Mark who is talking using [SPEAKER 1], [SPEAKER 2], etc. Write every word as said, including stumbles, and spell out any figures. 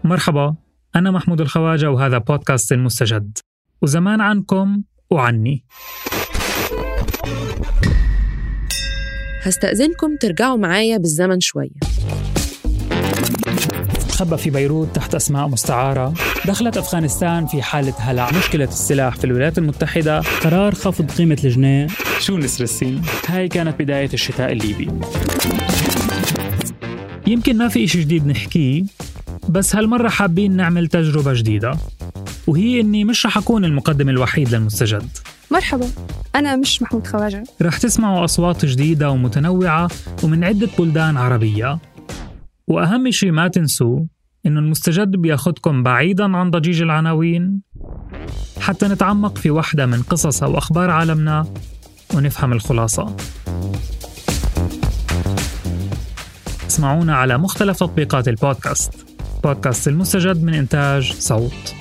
[SPEAKER 1] مرحبا، أنا محمود الخواجة وهذا بودكاست المستجد، وزمان عنكم وعني.
[SPEAKER 2] هستأذنكم ترجعوا معايا بالزمن شوية.
[SPEAKER 1] تخبى في بيروت تحت أسماء مستعارة. دخلت أفغانستان في حالة هلع. مشكلة السلاح في الولايات المتحدة. قرار خفض قيمة الجنيه. شو نسر السين؟ هاي كانت بداية الشتاء الليبي. يمكن ما في إشي جديد نحكيه، بس هالمرة حابين نعمل تجربة جديدة، وهي إني مش رح أكون المقدم الوحيد للمستجد.
[SPEAKER 3] مرحبا، أنا مش محمود خواجة.
[SPEAKER 1] رح تسمعوا أصوات جديدة ومتنوعة ومن عدة بلدان عربية، وأهم شيء ما تنسوا إنه المستجد بياخدكم بعيداً عن ضجيج العناوين حتى نتعمق في واحدة من قصص أو أخبار عالمنا ونفهم الخلاصة. اسمعونا على مختلف تطبيقات البودكاست. بودكاست المستجد من إنتاج صوت.